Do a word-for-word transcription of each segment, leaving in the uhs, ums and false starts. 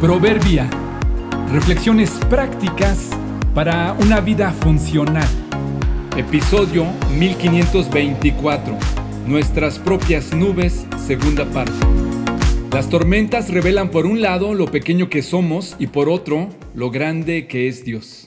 Proverbia. Reflexiones prácticas para una vida funcional. Episodio mil quinientos veinticuatro. Nuestras propias nubes, segunda parte. Las tormentas revelan por un lado lo pequeño que somos y por otro lo grande que es Dios.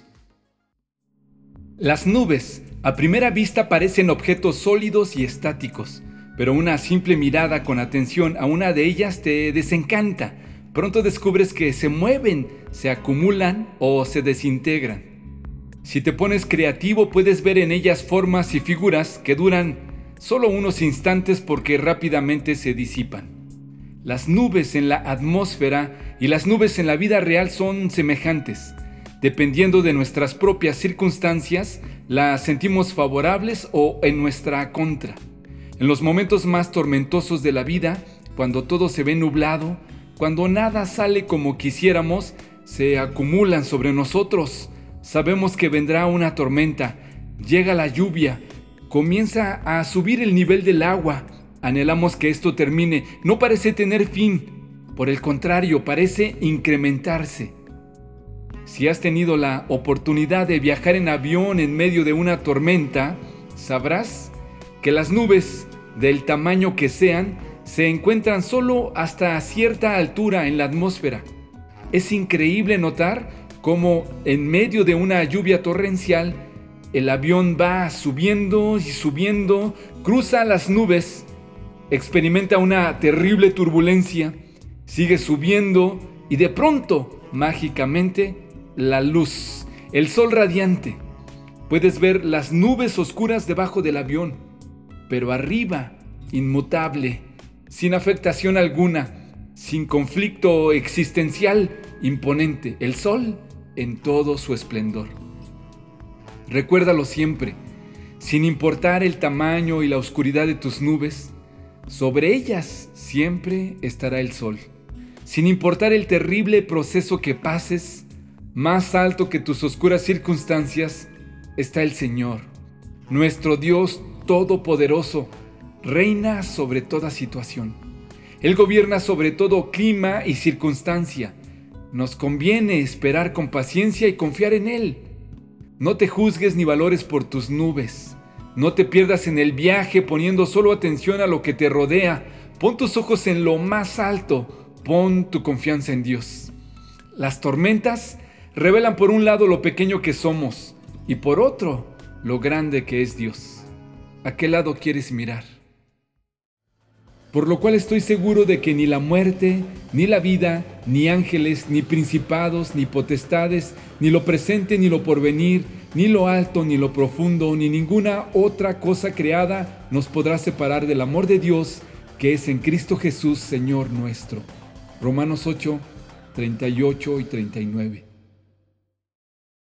Las nubes a primera vista parecen objetos sólidos y estáticos, pero una simple mirada con atención a una de ellas te desencanta. Pronto descubres que se mueven, se acumulan o se desintegran. Si te pones creativo, puedes ver en ellas formas y figuras que duran solo unos instantes porque rápidamente se disipan. Las nubes en la atmósfera y las nubes en la vida real son semejantes. Dependiendo de nuestras propias circunstancias, las sentimos favorables o en nuestra contra. En los momentos más tormentosos de la vida, cuando todo se ve nublado, cuando nada sale como quisiéramos, se acumulan sobre nosotros. Sabemos que vendrá una tormenta, llega la lluvia, comienza a subir el nivel del agua. Anhelamos que esto termine. No parece tener fin. Por el contrario, parece incrementarse. Si has tenido la oportunidad de viajar en avión en medio de una tormenta, sabrás que las nubes, del tamaño que sean, se encuentran solo hasta cierta altura en la atmósfera. Es increíble notar cómo en medio de una lluvia torrencial, el avión va subiendo y subiendo, cruza las nubes, experimenta una terrible turbulencia, sigue subiendo y de pronto, mágicamente, la luz, el sol radiante. Puedes ver las nubes oscuras debajo del avión, pero arriba, inmutable, sin afectación alguna, sin conflicto existencial, imponente, el sol en todo su esplendor. Recuérdalo siempre, sin importar el tamaño y la oscuridad de tus nubes, sobre ellas siempre estará el sol. Sin importar el terrible proceso que pases, más alto que tus oscuras circunstancias, está el Señor, nuestro Dios todopoderoso. Reina sobre toda situación. Él gobierna sobre todo clima y circunstancia. Nos conviene esperar con paciencia y confiar en Él. No te juzgues ni valores por tus nubes. No te pierdas en el viaje poniendo solo atención a lo que te rodea. Pon tus ojos en lo más alto. Pon tu confianza en Dios. Las tormentas revelan por un lado lo pequeño que somos y por otro lo grande que es Dios. ¿A qué lado quieres mirar? Por lo cual estoy seguro de que ni la muerte, ni la vida, ni ángeles, ni principados, ni potestades, ni lo presente, ni lo porvenir, ni lo alto, ni lo profundo, ni ninguna otra cosa creada nos podrá separar del amor de Dios que es en Cristo Jesús, Señor nuestro. Romanos ocho, treinta y ocho y treinta y nueve.